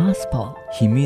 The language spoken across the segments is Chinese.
Gospel 秘密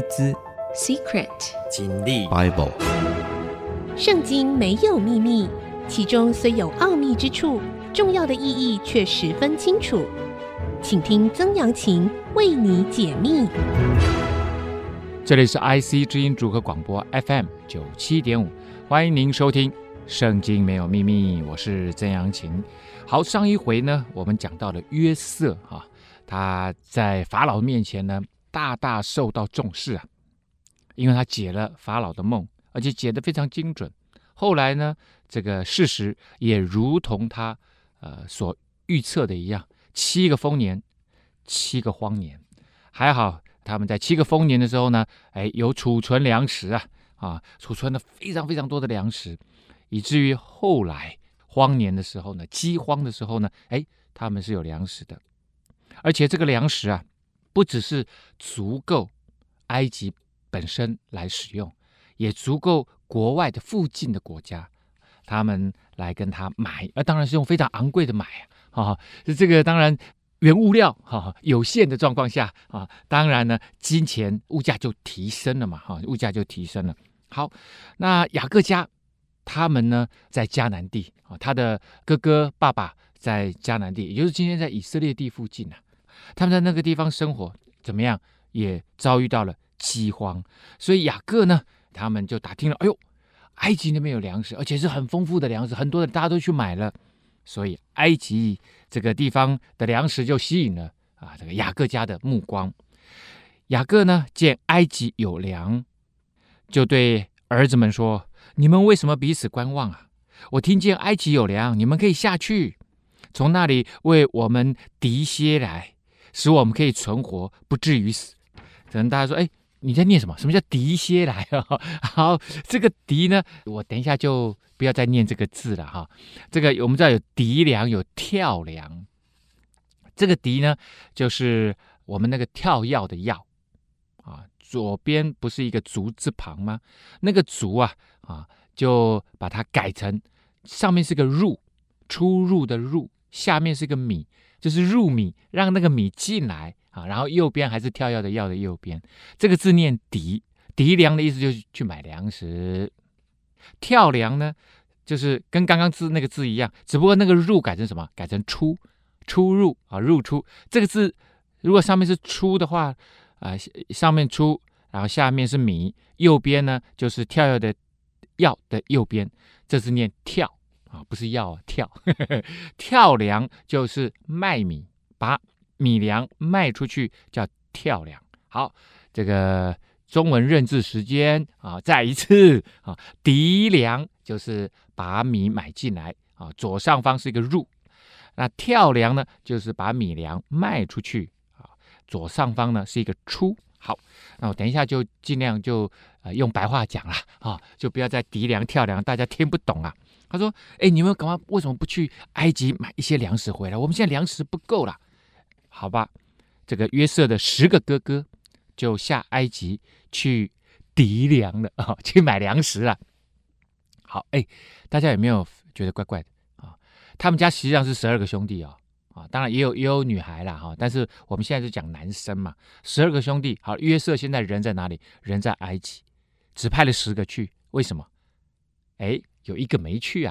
Secret 真理 Bible 圣经没有秘密，其中虽有奥秘之处，重要的意义却十分清楚。请听曾阳晴为你解密。 这里是 IC 之音主客广播 FM 97.5，欢迎您收听圣经没有秘密，我是曾阳晴。好，上一回呢，我们讲到了约瑟他在法老面前呢，大大受到重视啊，因为他解了法老的梦，而且解得非常精准。后来呢，这个事实也如同他所预测的一样，7个丰年，7个荒年。还好他们在7个丰年的时候呢，有储存粮食储存了非常非常多的粮食，以至于后来荒年的时候呢，饥荒的时候呢，他们是有粮食的。而且这个粮食啊，不只是足够埃及本身来使用，也足够国外的附近的国家，他们来跟他买，当然是用非常昂贵的买这个当然原物料有限的状况下当然呢，金钱物价就提升了嘛物价就提升了。好，那雅各家他们呢在迦南地他的哥哥爸爸在迦南地，也就是今天在以色列地附近他们在那个地方生活，怎么样也遭遇到了饥荒，所以雅各呢，他们就打听了，埃及那边有粮食，而且是很丰富的粮食，很多的大家都去买了，所以埃及这个地方的粮食就吸引了这个雅各家的目光。雅各呢见埃及有粮，就对儿子们说，你们为什么彼此观望啊？我听见埃及有粮，你们可以下去，从那里为我们糴些来，使我们可以存活，不至于死。可能大家说，你在念什么？什么叫糴些来好，这个糴呢，我等一下就不要再念这个字了这个我们知道有糴粮，有跳粮。这个糴呢，就是我们那个跳跃的跃左边不是一个足字旁吗？那个足就把它改成上面是个入，出入的入，下面是个米，就是入米，让那个米进来然后右边还是跳跃的跃的右边，这个字念糴。糴粮的意思就是去买粮食。跳粮呢，就是跟刚刚字那个字一样，只不过那个入改成什么？改成出，出入入出。这个字如果上面是出的话上面出，然后下面是米，右边呢就是跳跃的跃的右边，这是念跳不是要跳跳粮就是卖米，把米粮卖出去叫跳粮。好，这个中文认字时间再一次糴粮就是把米买进来左上方是一个入，那跳粮呢就是把米粮卖出去左上方呢是一个出。好，那我等一下就尽量就用白话讲了就不要再糴粮跳粮，大家听不懂他说你们干嘛？为什么不去埃及买一些粮食回来？我们现在粮食不够了。好吧，这个约瑟的10个哥哥就下埃及去糴粮了去买粮食了。好，大家有没有觉得怪怪的他们家实际上是12个兄弟当然也有女孩啦但是我们现在是讲男生嘛。12个兄弟，好，约瑟现在人在哪里？人在埃及，只派了10个去，为什么？有一个没去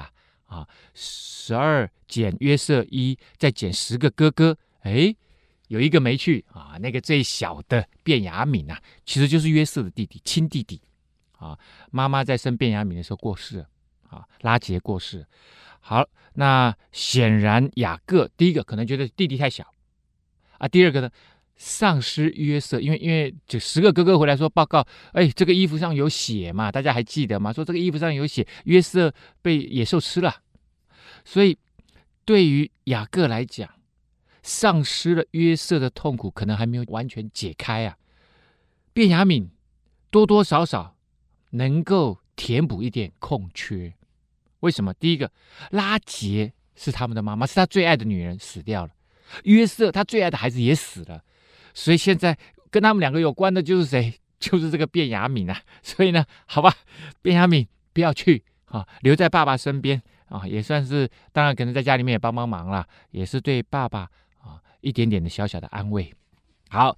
12减约瑟1，再减10个哥哥，有一个没去那个最小的便雅悯其实就是约瑟的弟弟，亲弟弟妈妈在生便雅悯的时候过世了拉结过世。好，那显然雅各第一个可能觉得弟弟太小第二个呢，丧失约瑟，因为这10个哥哥回来说报告，这个衣服上有血嘛，大家还记得吗？说这个衣服上有血，约瑟被野兽吃了。所以对于雅各来讲，丧失了约瑟的痛苦可能还没有完全解开便雅悯多多少少能够填补一点空缺。为什么？第一个，拉结是他们的妈妈，是他最爱的女人死掉了，约瑟他最爱的孩子也死了，所以现在跟他们2个有关的就是谁？就是这个便雅悯所以呢，好吧，便雅悯不要去留在爸爸身边也算是，当然可能在家里面也帮忙啦，也是对爸爸一点点的小小的安慰。好，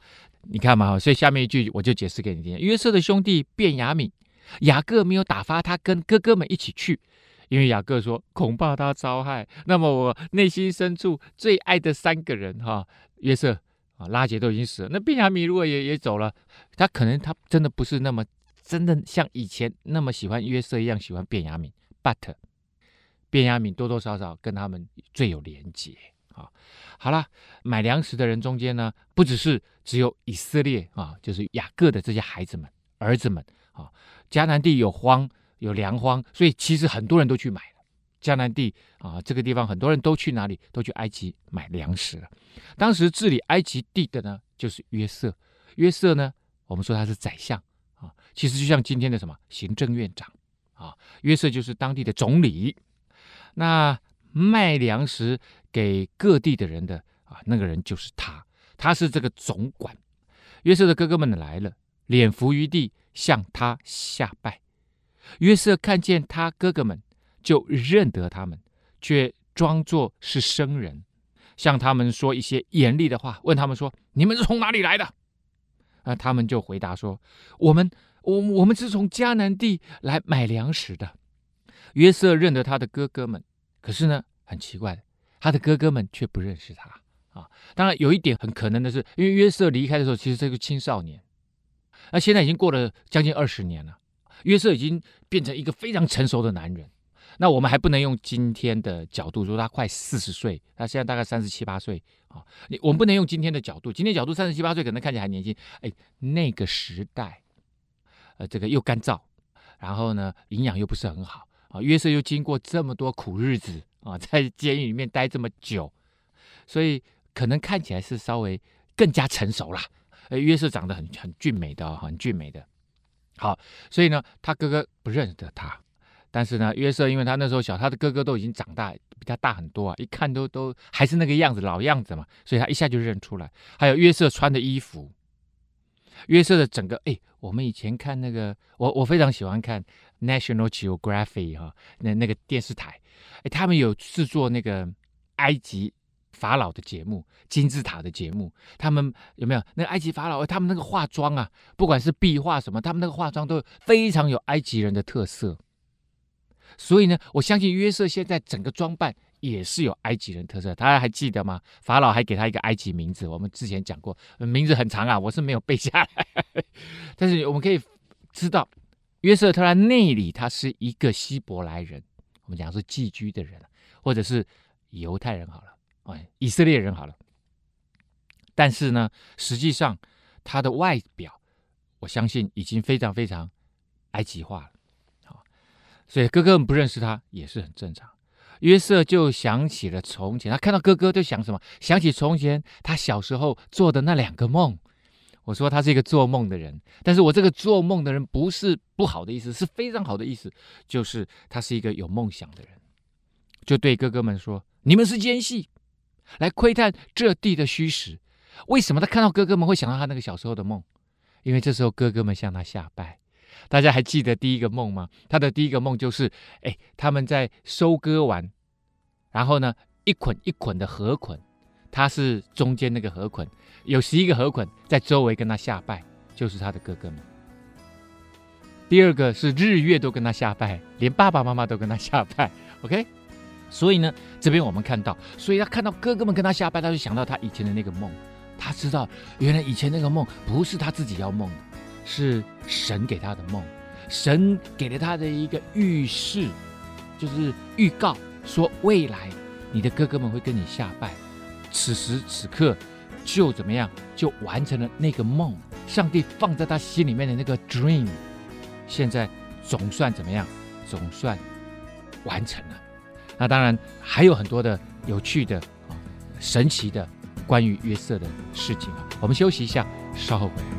你看嘛，所以下面一句我就解释给你听。约瑟的兄弟便雅悯，雅各没有打发他跟哥哥们一起去，因为雅各说恐怕他遭害。那么我内心深处最爱的3个人约瑟拉结都已经死了，那便雅悯如果也走了，他可能他真的不是那么真的像以前那么喜欢约瑟一样喜欢便雅悯 ，but 便雅悯多多少少跟他们最有连结。好了，买粮食的人中间呢，不只有以色列就是雅各的这些孩子们、儿子们迦南地有荒有粮荒，所以其实很多人都去买了。迦南地这个地方很多人都去哪里？都去埃及买粮食了。当时治理埃及地的呢，就是约瑟。约瑟呢，我们说他是宰相其实就像今天的什么行政院长约瑟就是当地的总理。那卖粮食给各地的人的那个人就是他是这个总管。约瑟的哥哥们来了，脸伏于地，向他下拜。约瑟看见他哥哥们，就认得他们，却装作是生人，向他们说一些严厉的话，问他们说：“你们是从哪里来的？”他们就回答说：“我们是从迦南地来买粮食的。”约瑟认得他的哥哥们，可是呢，很奇怪的，他的哥哥们却不认识他当然有一点很可能的是，因为约瑟离开的时候其实是个青少年，那现在已经过了将近20年了，约瑟已经变成一个非常成熟的男人。那我们还不能用今天的角度说他快40岁，他现在大概37、8岁我们不能用今天的角度，今天角度37、8岁可能看起来还年轻，那个时代这个又干燥，然后呢营养又不是很好约瑟又经过这么多苦日子在监狱里面待这么久，所以可能看起来是稍微更加成熟啦。约瑟长得很俊美的很俊美的。好，所以呢他哥哥不认得他，但是呢约瑟因为他那时候小，他的哥哥都已经长大，比他大很多一看都还是那个样子，老样子嘛，所以他一下就认出来。还有约瑟穿的衣服，约瑟的整个我们以前看那个我非常喜欢看 National Geographic 那个电视台他们有制作那个埃及法老的节目，金字塔的节目，他们有没有那个埃及法老他们那个化妆不管是壁画什么，他们那个化妆都非常有埃及人的特色。所以呢我相信约瑟现在整个装扮也是有埃及人特色。大家还记得吗？法老还给他一个埃及名字，我们之前讲过，名字很长我是没有背下来但是我们可以知道约瑟特兰内里他是一个希伯来人，我们讲是寄居的人，或者是犹太人好了以色列人好了，但是呢实际上他的外表我相信已经非常非常埃及化了所以哥哥们不认识他也是很正常。约瑟就想起了从前，他看到哥哥就想什么？想起从前他小时候做的那2个梦。我说他是一个做梦的人，但是我这个做梦的人不是不好的意思，是非常好的意思，就是他是一个有梦想的人。就对哥哥们说：“你们是奸细，来窥探这地的虚实。”为什么他看到哥哥们会想到他那个小时候的梦？因为这时候哥哥们向他下拜。大家还记得第一个梦吗？他的第一个梦就是他们在收割完，然后呢一捆一捆的禾捆，他是中间那个禾捆，有11个禾捆在周围跟他下拜，就是他的哥哥们。第二个是日月都跟他下拜，连爸爸妈妈都跟他下拜 OK。 所以呢这边我们看到，所以他看到哥哥们跟他下拜，他就想到他以前的那个梦，他知道原来以前那个梦不是他自己要梦的，是神给他的梦，神给了他的一个预示，就是预告说未来你的哥哥们会跟你下拜，此时此刻就怎么样，就完成了那个梦，上帝放在他心里面的那个 dream， 现在总算怎么样，总算完成了。那当然还有很多的有趣的神奇的关于约瑟的事情我们休息一下，稍后回来。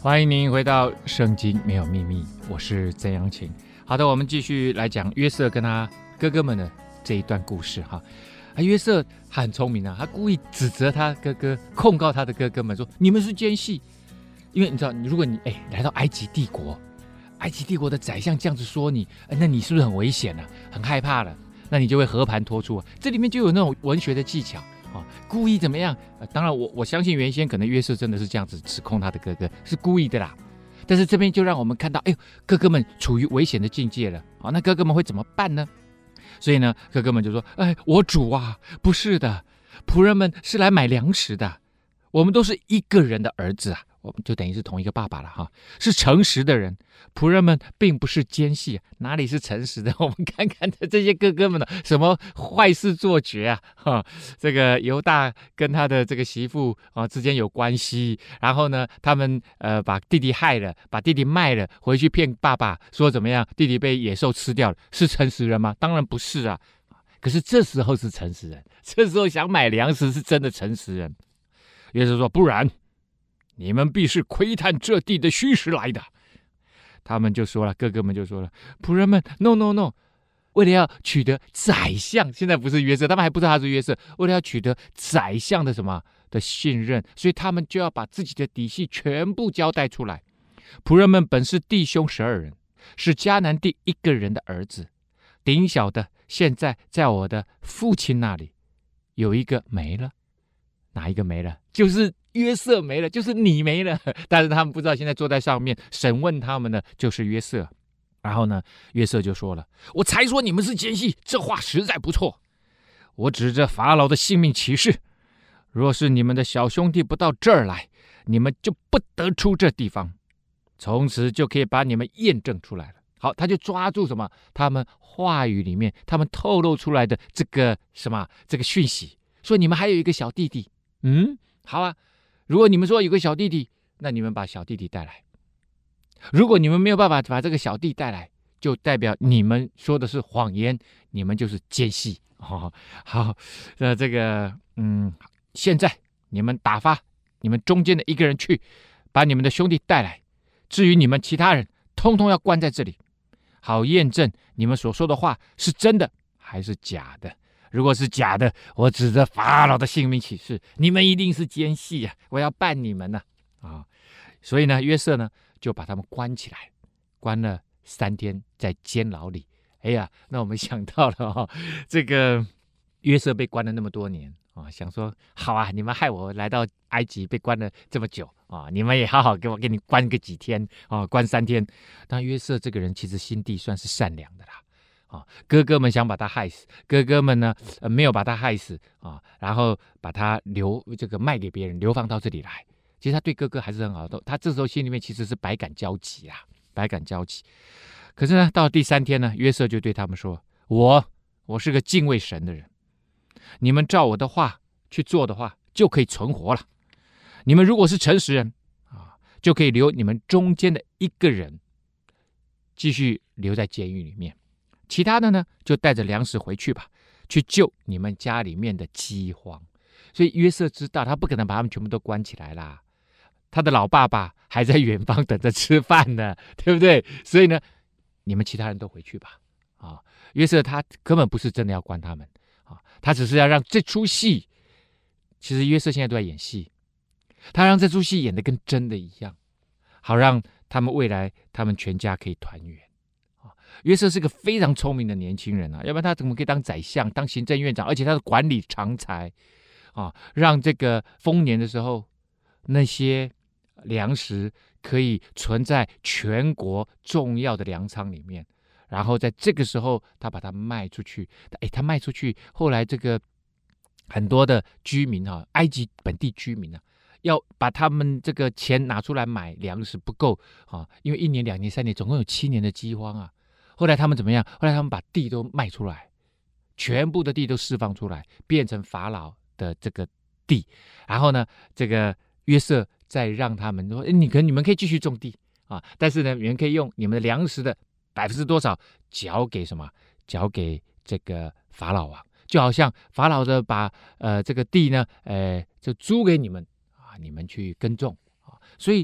欢迎您回到《圣经没有秘密》，我是曾阳晴。好的，我们继续来讲约瑟跟他哥哥们的这一段故事哈。约瑟很聪明啊，他故意指责他哥哥，控告他的哥哥们说：“你们是奸细。”因为你知道，如果你来到埃及帝国，埃及帝国的宰相这样子说你，那你是不是很危险了、很害怕了？那你就会和盘托出。这里面就有那种文学的技巧。故意怎么样？当然我相信原先可能约瑟真的是这样子指控他的哥哥，是故意的啦。但是这边就让我们看到，哥哥们处于危险的境界了。那哥哥们会怎么办呢？所以呢，哥哥们就说：“我主啊，不是的，仆人们是来买粮食的，我们都是一个人的儿子啊。”我们就等于是同一个爸爸了哈，是诚实的人，仆人们并不是奸细，哪里是诚实的？我们看看的这些哥哥们呢，什么坏事做绝啊！这个犹大跟他的这个媳妇之间有关系，然后呢，他们把弟弟害了，把弟弟卖了，回去骗爸爸说怎么样，弟弟被野兽吃掉了，是诚实人吗？当然不是啊。可是这时候是诚实人，这时候想买粮食是真的诚实人。约瑟说：“不然。你们必是窥探这地的虚实来的。”他们就说了，哥哥们就说了，仆人们 no， 为了要取得宰相，现在不是约瑟，他们还不知道他是约瑟，为了要取得宰相的什么的信任，所以他们就要把自己的底细全部交代出来。仆人们本是弟兄12人，是迦南地一个人的儿子，顶小的现在在我的父亲那里，有一个没了。哪一个没了？就是约瑟没了，就是你没了。但是他们不知道，现在坐在上面审问他们的就是约瑟。然后呢，约瑟就说了：“我才说你们是奸细，这话实在不错。我指着法老的性命起誓，若是你们的小兄弟不到这儿来，你们就不得出这地方，从此就可以把你们验证出来了。”好，他就抓住什么？他们话语里面，他们透露出来的这个什么这个讯息，说你们还有一个小弟弟。好啊，如果你们说有个小弟弟，那你们把小弟弟带来。如果你们没有办法把这个小弟带来，就代表你们说的是谎言，你们就是奸细。好，那这个现在你们打发你们中间的一个人去，把你们的兄弟带来。至于你们其他人，通通要关在这里，好验证你们所说的话是真的还是假的。如果是假的，我指着法老的性命起誓，你们一定是奸细啊！我要办你们呢所以呢，约瑟呢就把他们关起来，关了3天在监牢里。那我们想到了这个约瑟被关了那么多年想说好啊，你们害我来到埃及被关了这么久你们也好好给你关个几天关3天。但约瑟这个人其实心地算是善良的啦。哥哥们想把他害死，哥哥们呢没有把他害死然后把他卖给别人，流放到这里来。其实他对哥哥还是很好的，他这时候心里面其实是百感交集啦，百感交集。可是呢，到了第3天呢，约瑟就对他们说：“我是个敬畏神的人，你们照我的话去做的话，就可以存活了。你们如果是诚实人就可以留你们中间的一个人继续留在监狱里面。其他的呢，就带着粮食回去吧，去救你们家里面的饥荒。”所以约瑟知道他不可能把他们全部都关起来啦，他的老爸爸还在远方等着吃饭呢，对不对？所以呢，你们其他人都回去吧。约瑟他根本不是真的要关他们他只是要让这出戏，其实约瑟现在都在演戏，他让这出戏演得跟真的一样，好让他们未来他们全家可以团圆。约瑟是个非常聪明的年轻人要不然他怎么可以当宰相、当行政院长，而且他是管理长财让这个丰年的时候，那些粮食可以存在全国重要的粮仓里面，然后在这个时候他把它卖出去。他卖出去，后来这个很多的居民埃及本地居民要把他们这个钱拿出来买粮食不够因为1年、2年、3年，总共有7年的饥荒后来他们怎么样？后来他们把地都卖出来，全部的地都释放出来，变成法老的这个地。然后呢，这个约瑟再让他们说：“你们可以继续种地但是呢，你们可以用你们的粮食的%多少交给什么？交给这个法老王，就好像法老的把这个地呢，就租给你们你们去耕种所以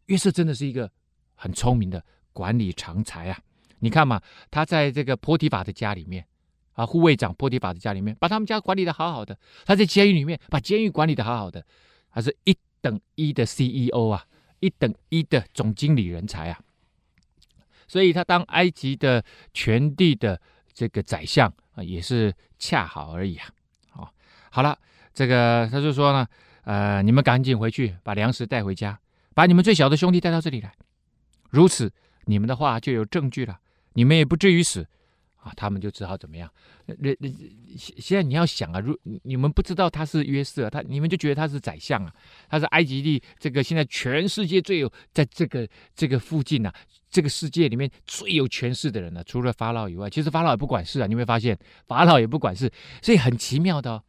约瑟真的是一个很聪明的管理常才啊！你看嘛，他在这个波提法的家里面啊，护卫长波提法的家里面，把他们家管理的好好的；他在监狱里面把监狱管理的好好的，他是1:1的 CEO 啊，1:1的总经理人才啊！所以他当埃及的全地的这个宰相啊，也是恰好而已啊！好了，这个他就说呢，你们赶紧回去把粮食带回家，把你们最小的兄弟带到这里来，如此你们的话就有证据了，你们也不至于死啊。他们就只好怎么样？现在你要想啊，你们不知道他是约瑟，你们就觉得他是宰相啊，他是埃及地这个现在全世界最有在这个附近啊，这个世界里面最有权势的人呢，除了法老以外，其实法老也不管事啊，你会发现法老也不管事，所以很奇妙的哦。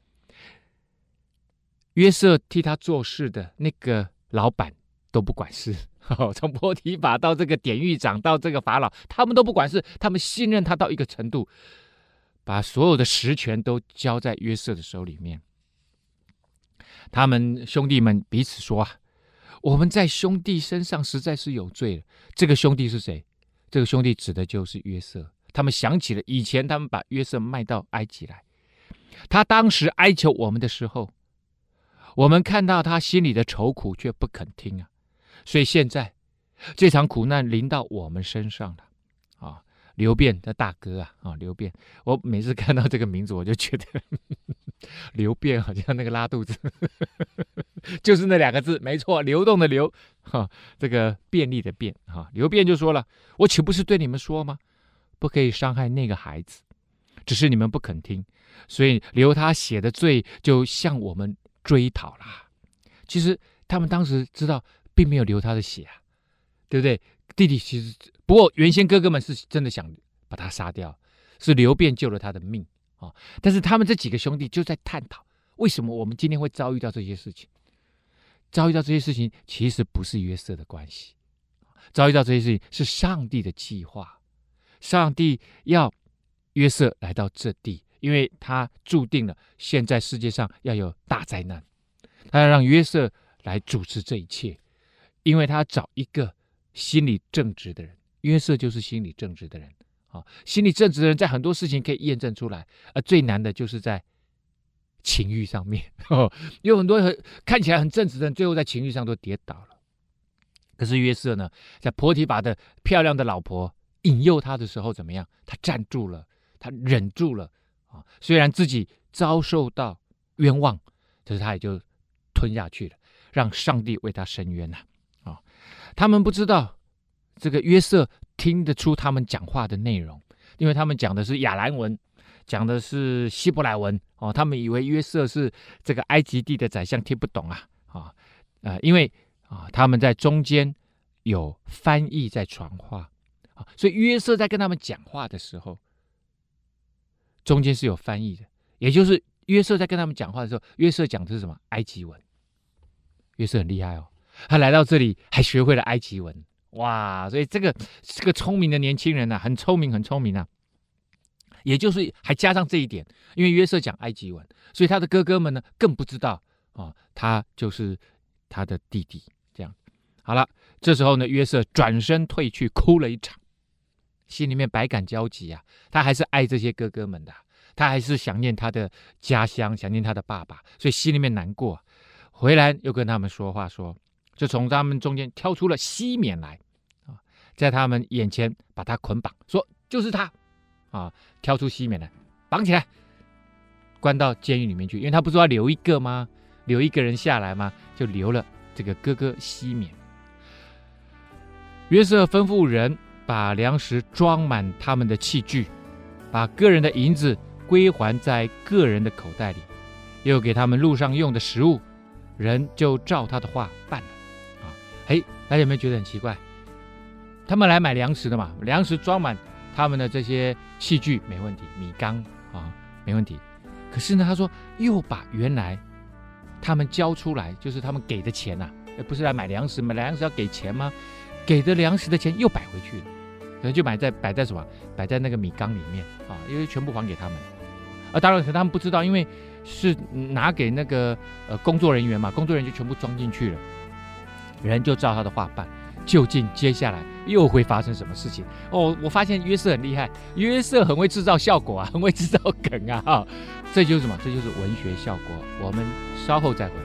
约瑟替他做事的那个老板都不管事，从波提法到这个典狱长到这个法老，他们都不管事，他们信任他到一个程度，把所有的实权都交在约瑟的手里面。他们兄弟们彼此说啊，我们在兄弟身上实在是有罪了。这个兄弟是谁？这个兄弟指的就是约瑟。他们想起了以前他们把约瑟卖到埃及来，他当时哀求我们的时候，我们看到他心里的愁苦，却不肯听啊。所以现在这场苦难临到我们身上了啊！流便的大哥啊，流便，我每次看到这个名字，我就觉得流便好像那个拉肚子，就是那2个字，没错，流动的流，这个便利的便啊。流便就说了：“我岂不是对你们说吗？不可以伤害那个孩子，只是你们不肯听，所以流他血的罪就向我们追讨啦。”其实他们当时知道并没有流他的血啊，对不对？弟弟其实不过原先哥哥们是真的想把他杀掉，是流便救了他的命啊。但是他们这几个兄弟就在探讨，为什么我们今天会遭遇到这些事情？遭遇到这些事情其实不是约瑟的关系，遭遇到这些事情是上帝的计划。上帝要约瑟来到这地，因为他注定了现在世界上要有大灾难，他要让约瑟来主持这一切，因为他找一个心理正直的人。约瑟就是心理正直的人啊，心理正直的人在很多事情可以验证出来，而最难的就是在情欲上面有很多看起来很正直的人，最后在情欲上都跌倒了。可是约瑟呢，在波提法的漂亮的老婆引诱他的时候怎么样？他站住了，他忍住了啊。虽然自己遭受到冤枉，可是他也就吞下去了，让上帝为他伸冤啊。他们不知道这个约瑟听得出他们讲话的内容，因为他们讲的是亚兰文，讲的是希伯来文哦。他们以为约瑟是这个埃及地的宰相，听不懂因为他们在中间有翻译在传话。所以约瑟在跟他们讲话的时候，中间是有翻译的，也就是约瑟在跟他们讲话的时候，约瑟讲的是什么？埃及文。约瑟很厉害哦，他来到这里还学会了埃及文，哇！所以这个聪明的年轻人很聪明，很聪明啊。也就是还加上这一点，因为约瑟讲埃及文，所以他的哥哥们呢更不知道他就是他的弟弟。这样好了，这时候呢，约瑟转身退去，哭了一场。心里面百感交集啊，他还是爱这些哥哥们的，他还是想念他的家乡，想念他的爸爸，所以心里面难过。回来又跟他们说话，就从他们中间挑出了西缅来在他们眼前把他捆绑，说就是他挑出西缅来，绑起来，关到监狱里面去。因为他不是要留一个吗？留一个人下来吗？就留了这个哥哥西缅。约瑟吩咐人把粮食装满他们的器具，把个人的银子归还在个人的口袋里，又给他们路上用的食物，人就照他的话办了。大家有没有觉得很奇怪？他们来买粮食的嘛，粮食装满他们的这些器具没问题，米缸没问题。可是呢，他说又把原来他们交出来，就是他们给的钱不是来买粮食，买粮食要给钱吗？给的粮食的钱又摆回去了，可能就摆在什么？摆在那个米缸里面因为全部还给他们。当然可能他们不知道，因为是拿给那个工作人员嘛，工作人员就全部装进去了。人就照他的话办， 究竟接下来又会发生什么事情？我发现约瑟很厉害，约瑟很会制造效果啊，很会制造梗啊，这就是什么？这就是文学效果。我们稍后再回来。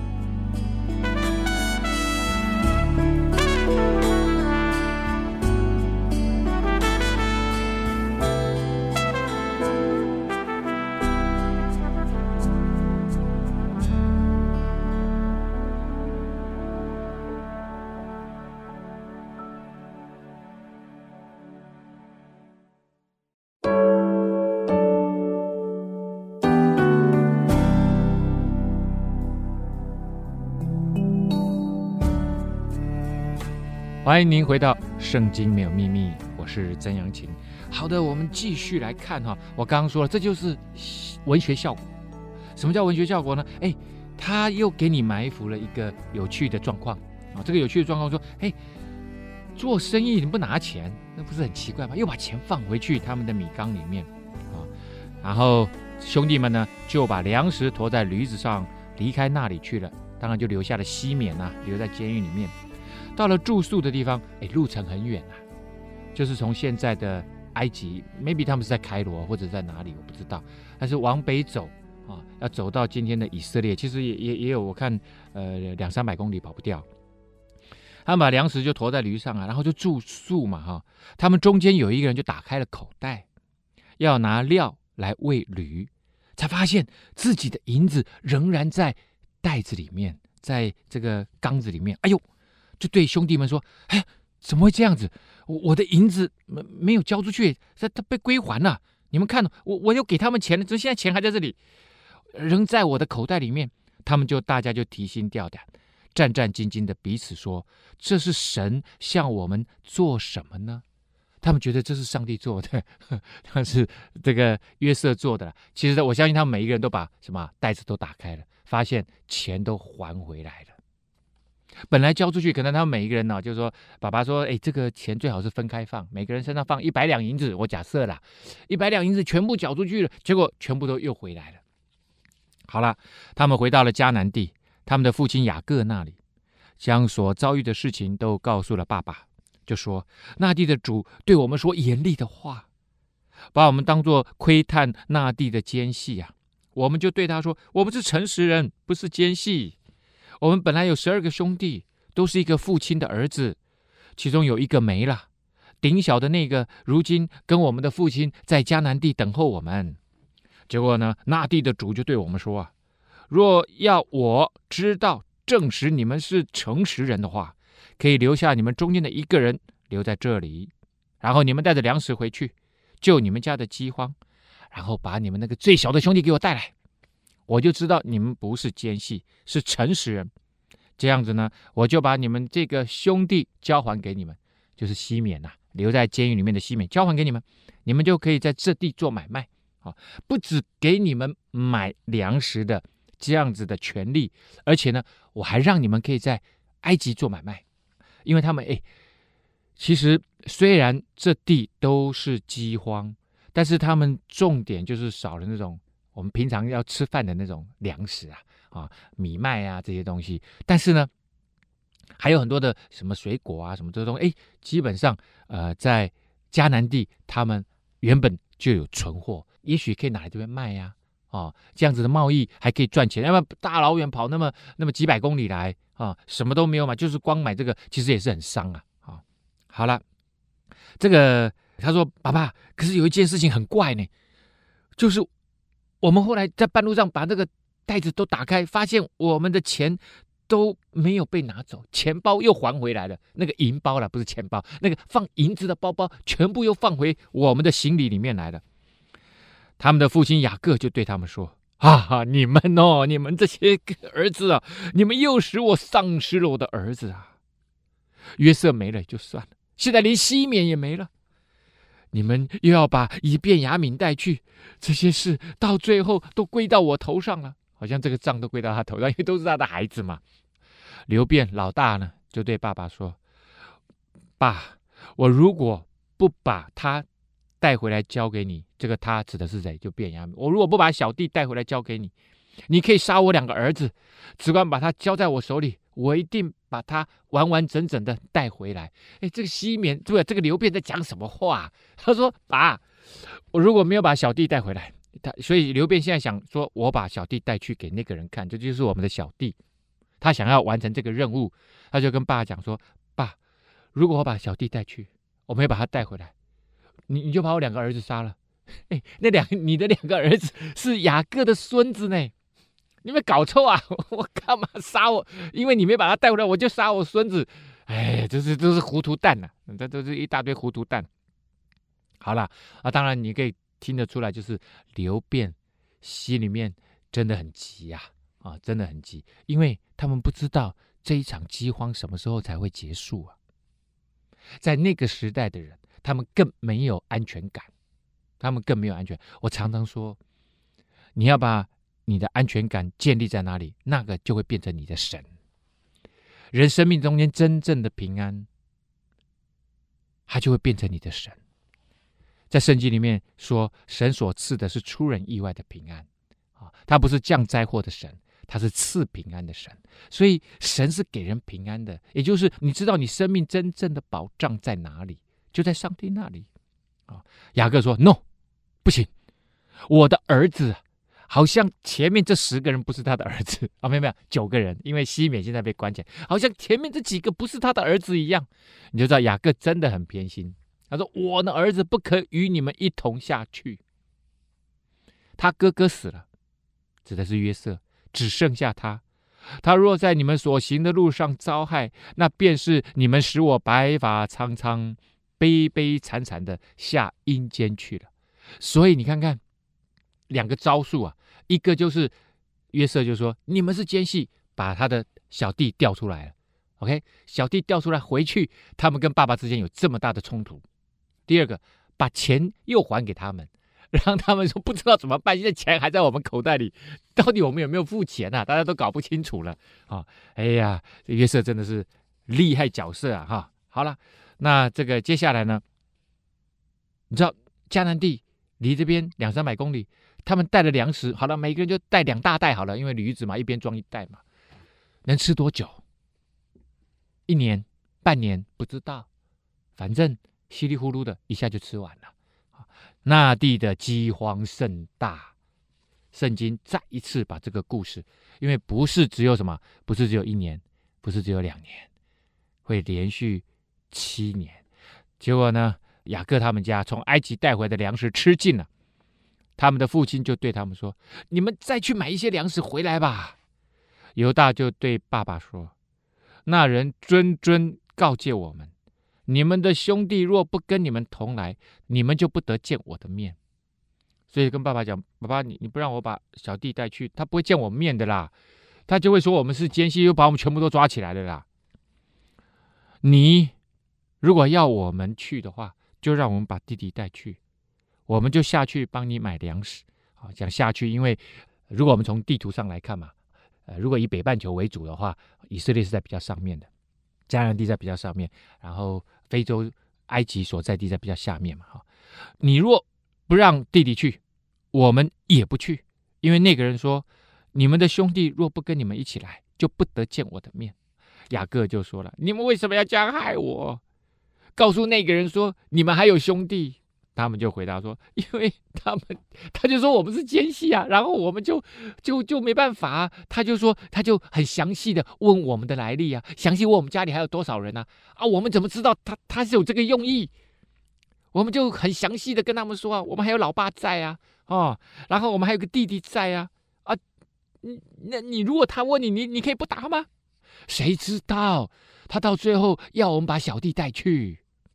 欢迎您回到圣经没有秘密，我是曾阳晴。好的，我们继续来看哈。我刚刚说了，这就是文学效果。什么叫文学效果呢？他又给你埋伏了一个有趣的状况啊。这个有趣的状况说，做生意你不拿钱，那不是很奇怪吗？又把钱放回去他们的米缸里面啊。然后兄弟们呢，就把粮食驮在驴子上，离开那里去了。当然就留下了西缅啊，留在监狱里面。到了住宿的地方，路程很远啊，就是从现在的埃及 ，maybe 他们是在开罗或者在哪里，我不知道。但是往北走啊，要走到今天的以色列，其实也有我看200-300公里跑不掉。他们把粮食就驮在驴上啊，然后就住宿嘛哈。他们中间有一个人就打开了口袋，要拿料来喂驴，才发现自己的银子仍然在袋子里面，在这个缸子里面。哎呦！就对兄弟们说：“怎么会这样子？我的银子没有交出去，他被归还了。你们看，我又给他们钱了，怎么现在钱还在这里，仍在我的口袋里面？”他们大家就提心吊胆，战战兢兢的彼此说：“这是神向我们做什么呢？”他们觉得这是上帝做的，但是这个约瑟做的。其实我相信他们每一个人都把什么袋子都打开了，发现钱都还回来了。本来交出去，可能他们每一个人呢，就是说，爸爸说，这个钱最好是分开放，每个人身上放100两银子，我假设啦，100两银子全部缴出去了，结果全部都又回来了。好了，他们回到了迦南地，他们的父亲雅各那里，将所遭遇的事情都告诉了爸爸，就说那地的主对我们说严厉的话，把我们当作窥探那地的奸细啊。我们就对他说，我们是诚实人，不是奸细。我们本来有12个兄弟，都是一个父亲的儿子，其中有一个没了，顶小的那个如今跟我们的父亲在迦南地等候我们。结果呢，那地的主就对我们说啊，若要我知道证实你们是诚实人的话，可以留下你们中间的一个人留在这里，然后你们带着粮食回去，救你们家的饥荒，然后把你们那个最小的兄弟给我带来，我就知道你们不是奸细，是诚实人。这样子呢，我就把你们这个兄弟交还给你们，就是西缅啊，留在监狱里面的西缅交还给你们，你们就可以在这地做买卖啊，不只给你们买粮食的这样子的权利，而且呢，我还让你们可以在埃及做买卖，因为他们其实虽然这地都是饥荒，但是他们重点就是少了那种我们平常要吃饭的那种粮食啊，米麦啊这些东西，但是呢，还有很多的什么水果啊什么这些东西，基本上在迦南地他们原本就有存货，也许可以拿来这边卖呀，这样子的贸易还可以赚钱，要不然大老远跑那么几百公里来啊，什么都没有买，就是光买这个，其实也是很伤啊。好了，这个他说爸爸，可是有一件事情很怪呢，就是我们后来在半路上把那个袋子都打开，发现我们的钱都没有被拿走，钱包又还回来了，那个银包啦，不是钱包，那个放银子的包包全部又放回我们的行李里面来了。他们的父亲雅各就对他们说，你们这些儿子啊，你们又使我丧失了我的儿子啊。约瑟没了也就算了，现在连西缅也没了，你们又要把以便雅悯带去，这些事到最后都归到我头上了，好像这个账都归到他头上，因为都是他的孩子嘛。流便老大呢，就对爸爸说，爸，我如果不把他带回来交给你，这个他指的是谁？就便雅悯。我如果不把小弟带回来交给你， 你可以杀我2个儿子，只管把他交在我手里，我一定把他完完整整的带回来。”这个西缅对这个刘辩在讲什么话？他说：“爸，我如果没有把小弟带回来，所以刘辩现在想说，我把小弟带去给那个人看，这就是我们的小弟。他想要完成这个任务，他就跟爸讲说：爸，如果我把小弟带去，我没有把他带回来，你就把我2个儿子杀了。你的2个儿子是雅各的孙子呢，你没搞错啊？我干嘛杀我？因为你没把他带回来，我就杀我孙子。都是糊涂蛋啊，这都是一大堆糊涂蛋。好了当然你可以听得出来，就是刘辩心里面真的很急真的很急，因为他们不知道这一场饥荒什么时候才会结束啊。在那个时代的人，他们更没有安全感，我常常说，你要把你的安全感建立在哪里，那个就会变成你的神。人生命中间真正的平安，它就会变成你的神。在圣经里面说，神所赐的是出人意外的平安他不是降灾祸的神，他是赐平安的神。所以神是给人平安的，也就是你知道你生命真正的保障在哪里，就在上帝那里雅各说 No， 不行，我的儿子好像前面这10个人不是他的儿子没有9个人，因为西缅现在被关起来，好像前面这几个不是他的儿子一样。你就知道雅各真的很偏心。他说：我的儿子不可与你们一同下去。他哥哥死了，指的是约瑟，只剩下他。他若在你们所行的路上遭害，那便是你们使我白发苍苍、悲悲惨惨的下阴间去了。所以你看看2个招数一个就是约瑟就说你们是奸细，把他的小弟调出来了。OK， 小弟调出来回去，他们跟爸爸之间有这么大的冲突。第二个，把钱又还给他们，让他们说不知道怎么办，现在钱还在我们口袋里，到底我们有没有付钱大家都搞不清楚了约瑟真的是厉害角色好了，那这个接下来呢，你知道迦南地离这边200-300公里，他们带了粮食，好了，每个人就带2大袋好了，因为驴子嘛，一边装1袋嘛，能吃多久？1年、半年不知道，反正稀里糊涂的一下就吃完了。那地的饥荒甚大，圣经再一次把这个故事，因为不是只有1年，不是只有2年，会连续7年。结果呢，雅各他们家从埃及带回的粮食吃尽了，他们的父亲就对他们说：你们再去买一些粮食回来吧。犹大就对爸爸说：那人谆告诫我们，你们的兄弟若不跟你们同来，你们就不得见我的面。所以跟爸爸讲，爸爸你不让我把小弟带去，他不会见我面的啦，他就会说我们是奸细，又把我们全部都抓起来了啦。你如果要我们去的话，就让我们把弟弟带去，我们就下去帮你买粮食。讲下去，因为如果我们从地图上来看嘛，如果以北半球为主的话，以色列是在比较上面的，迦南地在比较上面，然后非洲埃及所在地在比较下面嘛。你若不让弟弟去，我们也不去，因为那个人说，你们的兄弟若不跟你们一起来，就不得见我的面。雅各就说了，你们为什么要这样害我？告诉那个人说，你们还有兄弟。他们就回答说，因为他就说我们是奸细然后我们就没办法他就说，他就很详细的问我们的来历详细问我们家里还有多少人我们怎么知道他是有这个用意？我们就很详细的跟他们说我们还有老爸在然后我们还有个弟弟在那你如果他问你可以不答吗？谁知道他到最后要我们把小弟带去。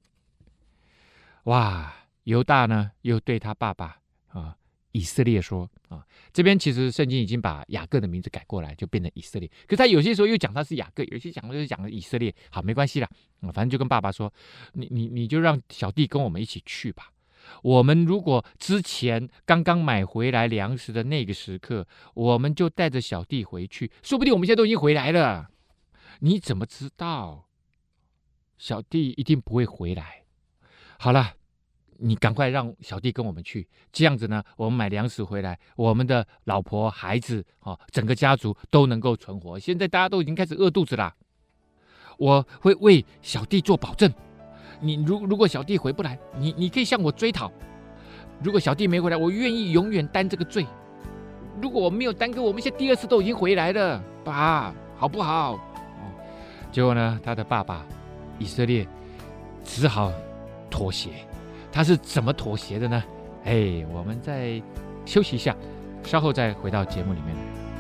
哇！犹大呢，又对他爸爸以色列说这边其实圣经已经把雅各的名字改过来，就变成以色列。可是他有些时候又讲他是雅各，有些讲就是讲以色列。好，没关系啦，反正就跟爸爸说，你就让小弟跟我们一起去吧。我们如果之前刚刚买回来粮食的那个时刻，我们就带着小弟回去，说不定我们现在都已经回来了。你怎么知道？小弟一定不会回来。好了。 你赶快让小弟跟我们去，这样子呢，我们买粮食回来，我们的老婆孩子整个家族都能够存活。现在大家都已经开始饿肚子啦，我会为小弟做保证。你如果小弟回不来，你可以向我追讨。如果小弟没回来，我愿意永远担这个罪。如果我没有担给我们现在第2次都已经回来了，爸，好不好？结果呢，他的爸爸以色列只好妥协。他是怎么妥协的呢？我们再休息一下，稍后再回到节目里面。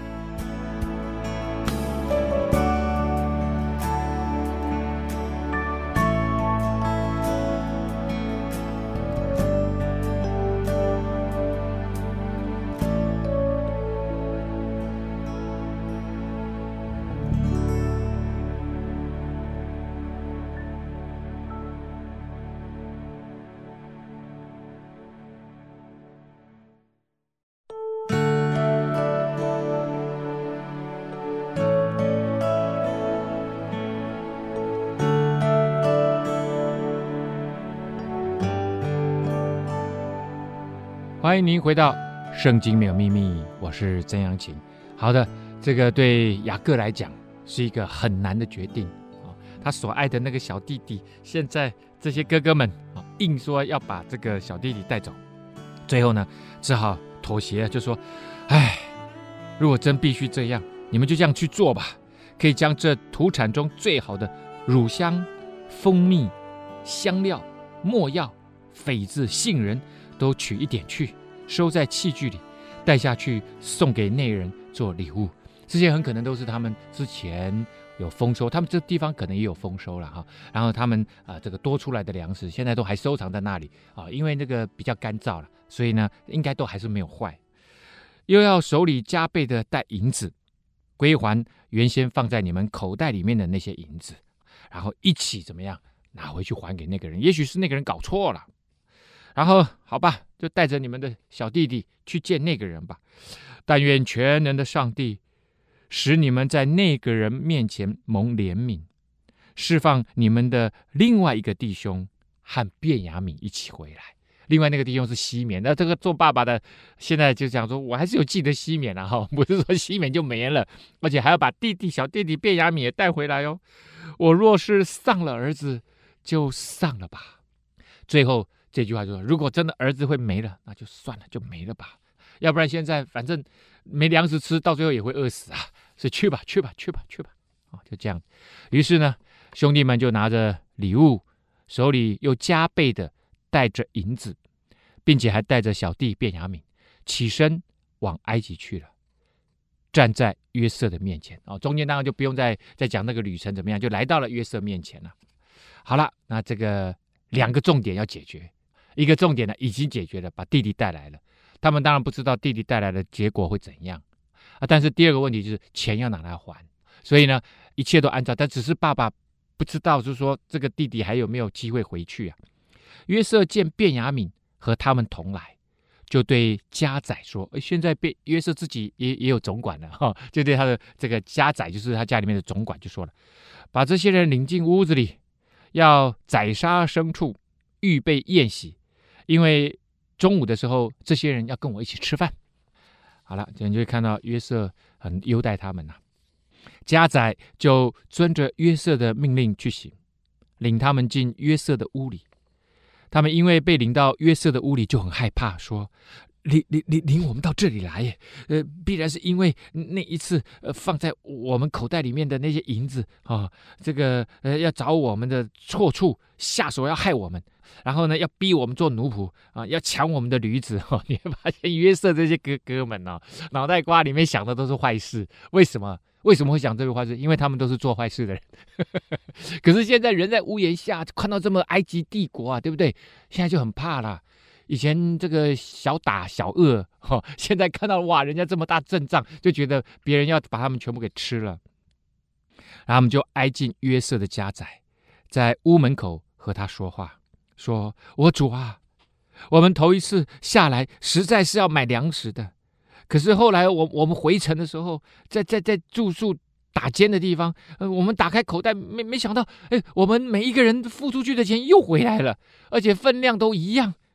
欢迎您回到圣经没有秘密，我是曾阳晴。好的，这个对雅各来讲是一个很难的决定。他所爱的那个小弟弟，现在这些哥哥们硬说要把这个小弟弟带走，最后呢只好妥协，就说如果真必须这样，你们就这样去做吧，可以将这土产中最好的乳香、蜂蜜、香料、没药、榧子、杏仁都取一点去，收在器具里，带下去送给内人做礼物。这些很可能都是他们之前有丰收，他们这地方可能也有丰收了哈。然后他们这个多出来的粮食，现在都还收藏在那里因为那个比较干燥了，所以呢，应该都还是没有坏。又要手里加倍的带银子，归还原先放在你们口袋里面的那些银子，然后一起怎么样拿回去还给那个人？也许是那个人搞错了。然后好吧，就带着你们的小弟弟去见那个人吧。但愿全能的上帝使你们在那个人面前蒙怜悯，释放你们的另外一个弟兄和便雅悯一起回来。另外那个弟兄是西缅，那这个做爸爸的现在就讲说，我还是有记得西缅啊，不是说西缅就没了，而且还要把小弟弟便雅悯也带回来哦。我若是丧了儿子，就丧了吧。最后这句话就说，如果真的儿子会没了，那就算了，就没了吧。要不然现在反正没粮食吃，到最后也会饿死啊。所以去吧，就这样。于是呢，兄弟们就拿着礼物，手里又加倍的带着银子，并且还带着小弟便雅悯，起身往埃及去了，站在约瑟的面前。中间当然就不用再讲那个旅程怎么样，就来到了约瑟面前了。好了，那这个2个重点要解决，一个重点呢已经解决了，把弟弟带来了。他们当然不知道弟弟带来的结果会怎样但是第2个问题就是钱要拿来还，所以呢一切都按照，但只是爸爸不知道，就是说这个弟弟还有没有机会回去啊。约瑟见便雅悯和他们同来，就对家宰说，现在约瑟自己也有总管了就对他的这个家宰，就是他家里面的总管，就说了，把这些人领进屋子里，要宰杀牲畜，预备宴席，因为中午的时候这些人要跟我一起吃饭。好了，你就会看到约瑟很优待他们家宰就遵着约瑟的命令去行，领他们进约瑟的屋里。他们因为被领到约瑟的屋里就很害怕，说领我们到这里来必然是因为那一次放在我们口袋里面的那些银子这个要找我们的错处，下手要害我们，然后呢要逼我们做奴仆要抢我们的驴子你会发现约瑟这些哥哥们脑袋瓜里面想的都是坏事。为什么会想这个坏事？因为他们都是做坏事的人可是现在人在屋檐下，看到这么埃及帝国对不对？现在就很怕了。以前这个小打小饿现在看到哇，人家这么大阵仗，就觉得别人要把他们全部给吃了。然后他们就挨近约瑟的家宰，在屋门口和他说话，说，我主啊，我们头一次下来实在是要买粮食的，可是后来我们回城的时候，在住宿打尖的地方我们打开口袋，没想到我们每一个人付出去的钱又回来了，而且分量都一样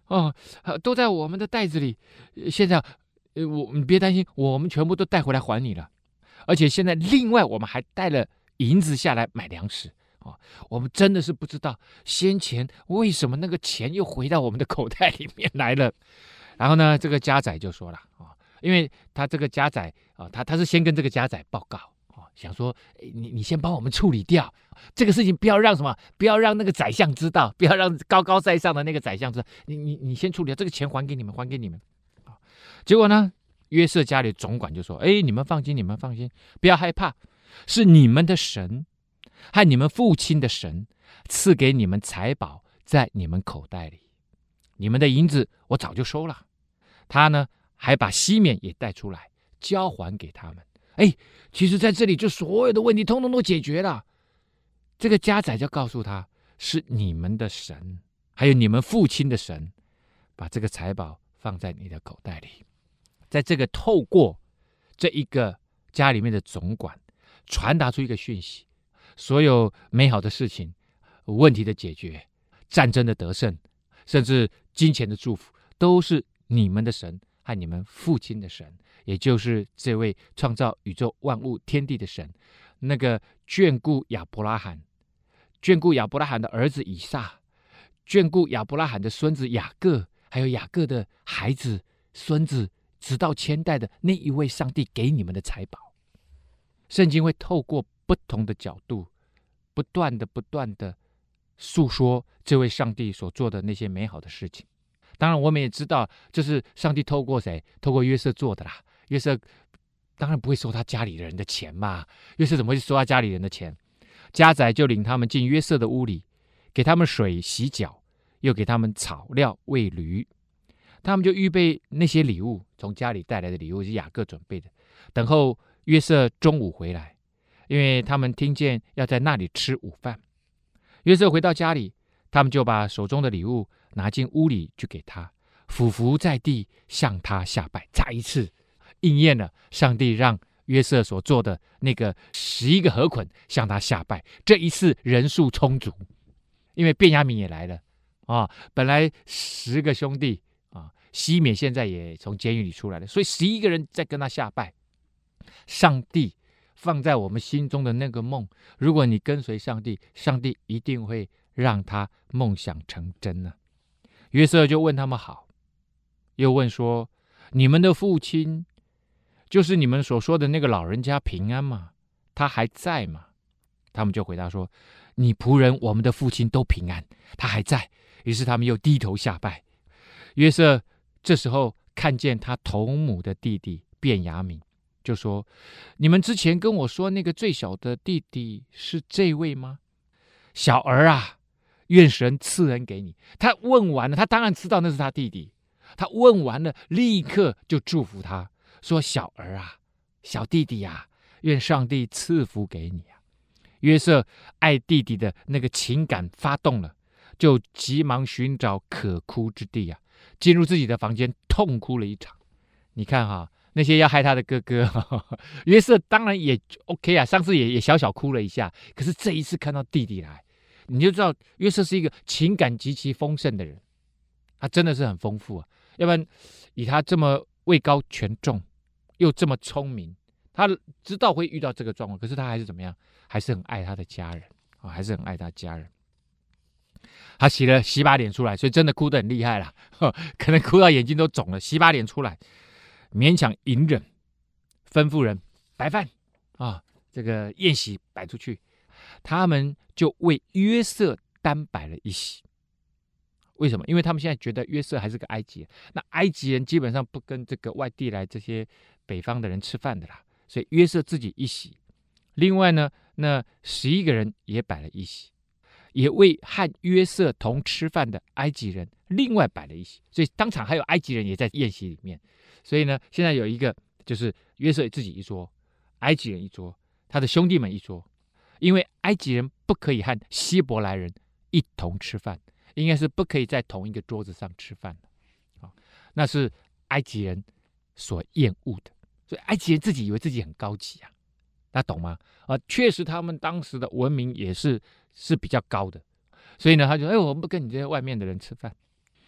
都在我们的袋子里。现在你别担心，我们全部都带回来还你了。而且现在另外我们还带了银子下来买粮食。我们真的是不知道先前为什么那个钱又回到我们的口袋里面来了。然后呢，这个家宰就说了因为他这个家宰他是先跟这个家宰报告想说你先帮我们处理掉这个事情，不要让那个宰相知道，不要让高高在上的那个宰相知道，你先处理掉这个钱，还给你们。结果呢，约瑟家里总管就说：你们放心，不要害怕，是你们的神和你们父亲的神赐给你们财宝在你们口袋里，你们的银子我早就收了。他呢还把西缅也带出来交还给他们。其实在这里就所有的问题通通都解决了。这个家宰就告诉他，是你们的神还有你们父亲的神把这个财宝放在你的口袋里。在这个透过这一个家里面的总管传达出一个讯息，所有美好的事情，问题的解决，战争的得胜，甚至金钱的祝福，都是你们的神和你们父亲的神，也就是这位创造宇宙万物天地的神，那个眷顾亚伯拉罕的儿子以撒，眷顾亚伯拉罕的孙子雅各，还有雅各的孩子孙子，直到千代的那一位上帝给你们的财宝。圣经会透过不同的角度不断的诉说这位上帝所做的那些美好的事情。当然我们也知道这是上帝透过谁？透过约瑟做的啦。约瑟当然不会收他家里人的钱嘛，约瑟怎么会收他家里人的钱？家宰就领他们进约瑟的屋里，给他们水洗脚，又给他们草料喂驴。他们就预备那些礼物，从家里带来的礼物是雅各准备的，等候约瑟中午回来，因为他们听见要在那里吃午饭。约瑟回到家里，他们就把手中的礼物拿进屋里去给他，俯伏在地向他下拜。再一次应验了上帝让约瑟所做的那个11个河捆向他下拜。这一次人数充足，因为便雅悯也来了本来10个兄弟西缅现在也从监狱里出来了，所以11个人在跟他下拜。上帝放在我们心中的那个梦，如果你跟随上帝，上帝一定会让他梦想成真呢。约瑟就问他们好，又问说：你们的父亲，就是你们所说的那个老人家平安吗？他还在吗？他们就回答说：你仆人我们的父亲都平安，他还在。于是他们又低头下拜。约瑟这时候看见他同母的弟弟便雅悯，就说：你们之前跟我说那个最小的弟弟是这位吗？小儿啊，愿神赐恩给你。他问完了，他当然知道那是他弟弟，他问完了立刻就祝福他，说：小儿啊，小弟弟啊，愿上帝赐福给你啊。约瑟爱弟弟的那个情感发动了，就急忙寻找可哭之地进入自己的房间痛哭了一场。你看那些要害他的哥哥约瑟当然也 OK 上次也小小哭了一下，可是这一次看到弟弟来，你就知道约瑟是一个情感极其丰盛的人，他真的是很丰富要不然以他这么位高权重又这么聪明，他知道会遇到这个状况，可是他还是怎么样？还是很爱他的家人还是很爱他家人。他洗把脸出来，所以真的哭得很厉害了可能哭到眼睛都肿了，洗把脸出来，勉强隐忍，吩咐人摆饭这个宴席摆出去。他们就为约瑟单摆了一席。为什么？因为他们现在觉得约瑟还是个埃及人，那埃及人基本上不跟这个外地来这些北方的人吃饭的啦，所以约瑟自己一席。另外呢，那11个人也摆了一席，也为和约瑟同吃饭的埃及人另外摆了一席，所以当场还有埃及人也在宴席里面。所以呢，现在有一个就是约瑟自己一桌，埃及人一桌，他的兄弟们一桌。因为埃及人不可以和希伯来人一同吃饭，应该是不可以在同一个桌子上吃饭的那是埃及人所厌恶的，所以埃及人自己以为自己很高级那懂吗？确实他们当时的文明也是比较高的，所以呢，他就我们不跟你这些外面的人吃饭。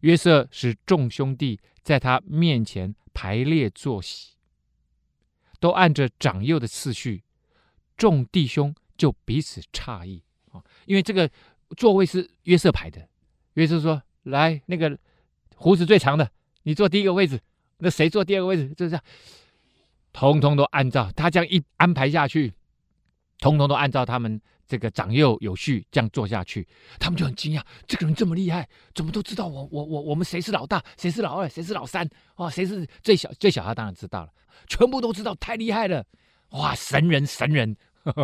约瑟使众兄弟在他面前排列坐席，都按着长幼的次序，众弟兄就彼此诧异，因为这个座位是约瑟排的。约瑟说：“来，那个胡子最长的，你坐第一个位置，那谁坐第二个位置？”就这样，通通都按照他这样一安排下去，通通都按照他们这个长幼有序这样做下去。他们就很惊讶，这个人这么厉害，怎么都知道我们谁是老大，谁是老二，谁是老三，谁是最小？最小他当然知道了，全部都知道，太厉害了！哇，神人神人！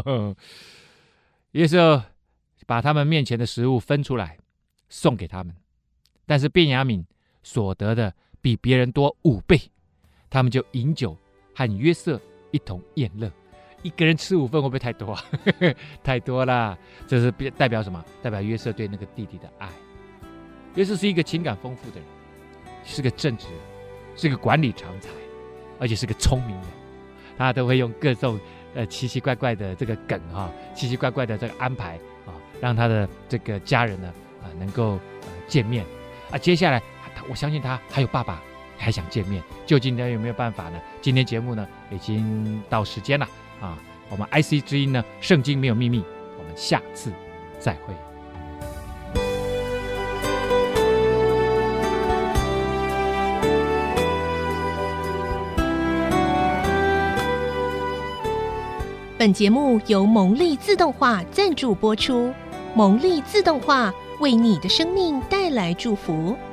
约瑟把他们面前的食物分出来送给他们，但是便雅悯所得的比别人多5倍，他们就饮酒和约瑟一同宴乐。一个人吃5份会不会太多啊？太多了。这是代表什么？代表约瑟对那个弟弟的爱。约瑟是一个情感丰富的人，是个正直人，是个管理常才，而且是个聪明人。他都会用各种奇奇怪怪的这个梗奇奇怪怪的这个安排让他的这个家人呢能够见面接下来我相信他还有爸爸还想见面，究竟他有没有办法呢？今天节目呢已经到时间了我们 IC 之音呢，圣经没有秘密，我们下次再会。 本节目由蒙利自动化赞助播出，蒙利自动化为你的生命带来祝福。